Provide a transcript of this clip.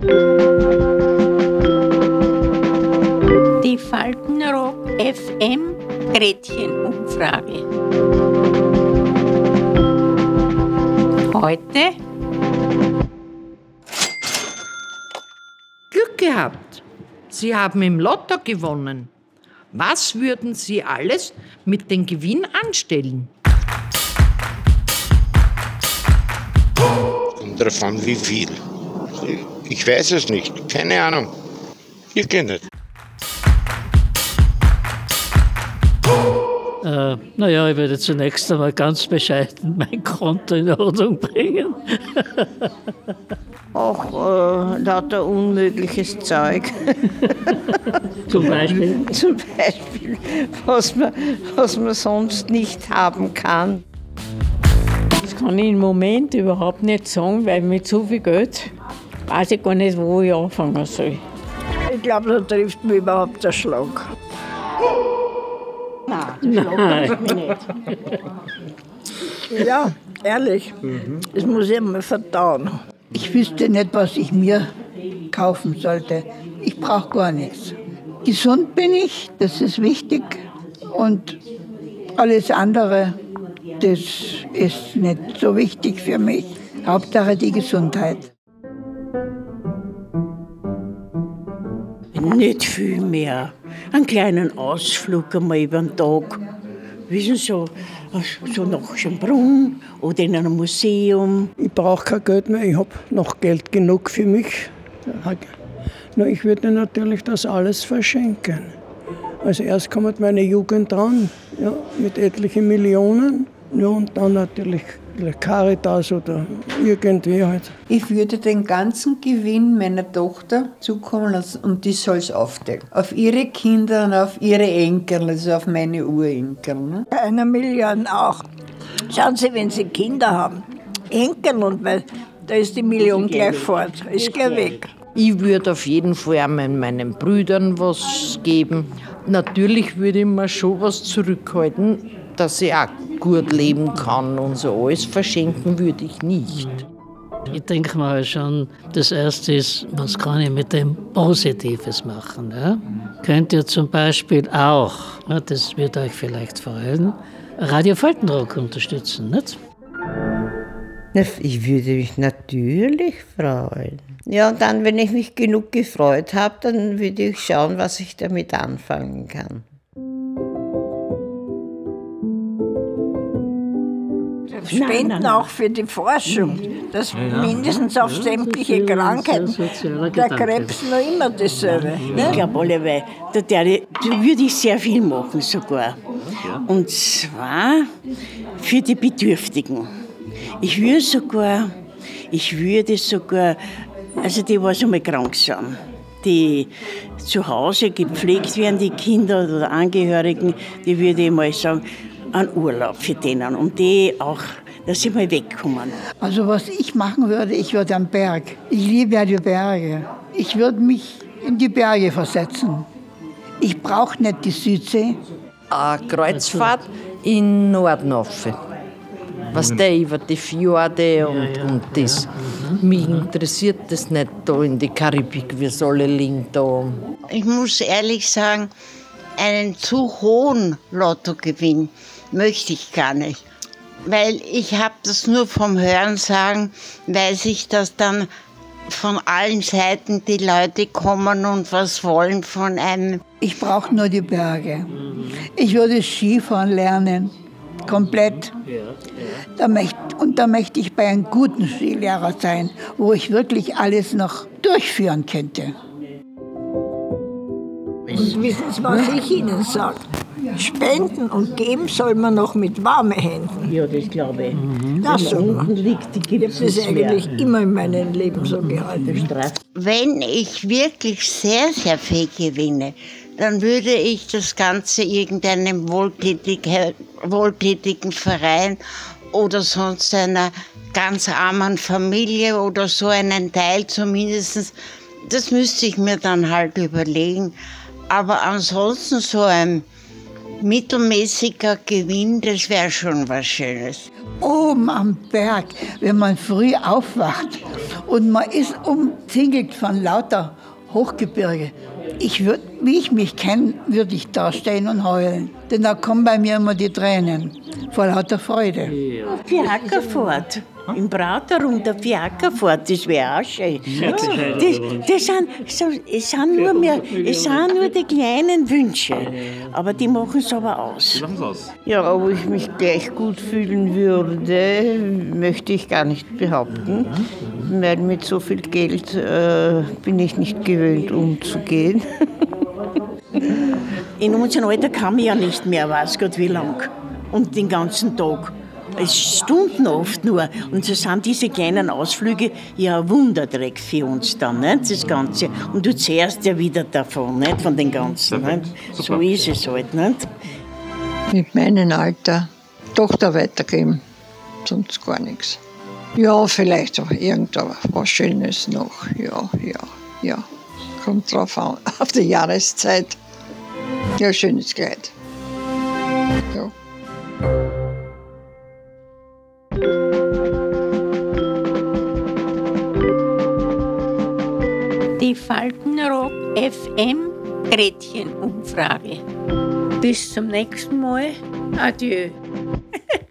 Die Faltenrock FM Gretchenumfrage. Heute Glück gehabt. Sie haben im Lotto gewonnen. Was würden Sie alles mit dem Gewinn anstellen? Kommt darauf an, wie viel. Ich weiß es nicht. Keine Ahnung. Wirklich nicht. Naja, ich würde zunächst einmal ganz bescheiden mein Konto in Ordnung bringen. Auch lauter unmögliches Zeug. Zum Beispiel? Zum Beispiel, was man sonst nicht haben kann. Das kann ich im Moment überhaupt nicht sagen, weil mit so viel Geld weiß ich gar nicht, wo ich anfangen soll. Ich glaube, da trifft mich überhaupt der Schlag. Nein. Ja, ehrlich. Das muss ich einmal verdauen. Ich wüsste nicht, was ich mir kaufen sollte. Ich brauche gar nichts. Gesund bin ich, das ist wichtig. Und alles andere, das ist nicht so wichtig für mich. Hauptsache die Gesundheit. Nicht viel mehr. Einen kleinen Ausflug einmal über den Tag. Wissen Sie, so nach Schönbrunn oder in einem Museum. Ich brauche kein Geld mehr, ich habe noch Geld genug für mich. Nur ich würde natürlich das alles verschenken. Also erst kommt meine Jugend dran, ja, mit etlichen Millionen. Ja, und dann natürlich Caritas oder irgendwie halt. Ich würde den ganzen Gewinn meiner Tochter zukommen lassen und die soll es aufteilen. Auf ihre Kinder und auf ihre Enkel, also auf meine Urenkel. Ne? 1 Million auch. Schauen Sie, wenn Sie Kinder haben, Enkel, und weil da ist die Million gleich fort, ist gleich weg. Ich würde auf jeden Fall auch meinen Brüdern was geben. Natürlich würde ich mir schon was zurückhalten, dass ich auch gut leben kann und so. Alles verschenken würde ich nicht. Ich denke mal schon, das Erste ist, was kann ich mit dem Positives machen? Ja? Könnt ihr zum Beispiel auch, ja, das wird euch vielleicht freuen, Radio Faltenrock unterstützen, nicht? Ich würde mich natürlich freuen. Ja, und dann, wenn ich mich genug gefreut habe, dann würde ich schauen, was ich damit anfangen kann. Spenden auch für die Forschung, dass mindestens auf sämtliche Krankheiten, der Krebs noch immer dasselbe. Ich glaube alleweil, da würde ich sehr viel machen sogar. Und zwar für die Bedürftigen. Ich würde sogar, also die, was einmal krank sind, die zu Hause gepflegt werden, die Kinder oder Angehörigen, die würde ich mal sagen, einen Urlaub für denen, um die auch, dass sie mal wegkommen. Also was ich machen würde, ich würde am Berg. Ich liebe ja die Berge. Ich würde mich in die Berge versetzen. Ich brauche nicht die Südsee. Eine Kreuzfahrt in Nordnorfe. Was der über die Fjorde und das. Mich interessiert das nicht da in die Karibik, wir alle liegen da. Ich muss ehrlich sagen, einen zu hohen Lottogewinn möchte ich gar nicht. Weil ich habe das nur vom Hörensagen, weiß ich, dass dann von allen Seiten die Leute kommen und was wollen von einem. Ich brauche nur die Berge. Ich würde Skifahren lernen, komplett. Da möchte ich bei einem guten Skilehrer sein, wo ich wirklich alles noch durchführen könnte. Und wissen Sie, was ich Ihnen sage? Spenden und geben soll man noch mit warmen Händen. Ja, das glaube ich. Das soll man. Ich habe das eigentlich immer in meinem Leben so gehalten. Wenn ich wirklich sehr, sehr viel gewinne, dann würde ich das Ganze irgendeinem wohltätigen Verein oder sonst einer ganz armen Familie oder so einen Teil zumindest, das müsste ich mir dann halt überlegen. Aber ansonsten so ein mittelmäßiger Gewinn, das wäre schon was Schönes. oben am Berg, wenn man früh aufwacht und man ist umzingelt von lauter Hochgebirge. Wie ich mich kenne, würde ich da stehen und heulen. Denn da kommen bei mir immer die Tränen vor lauter Freude. Fiakerfahrt. Im Brauterung der Fiakerfahrt, das wäre auch schön. Das sind nur die kleinen Wünsche, aber die machen es aber aus. Ja, ob ich mich gleich gut fühlen würde, möchte ich gar nicht behaupten, weil mit so viel Geld bin ich nicht gewöhnt umzugehen. In unserem Alter kann man ja nicht mehr, weiß Gott wie lang, und den ganzen Tag. Es Stunden oft nur. Und so sind diese kleinen Ausflüge ja ein Wunderdreck für uns dann, nicht? Das Ganze. Und du zehrst ja wieder davon, nicht? Von den Ganzen. Nicht? So ist es halt, nicht? Mit meinem Alter Tochter weitergeben, sonst gar nichts. Ja, vielleicht auch irgendwas Schönes noch. Ja. Kommt drauf an, auf die Jahreszeit. Ja, schönes Kleid. Ja. Die Faltenrock FM Gretchen-Umfrage. Bis zum nächsten Mal. Adieu.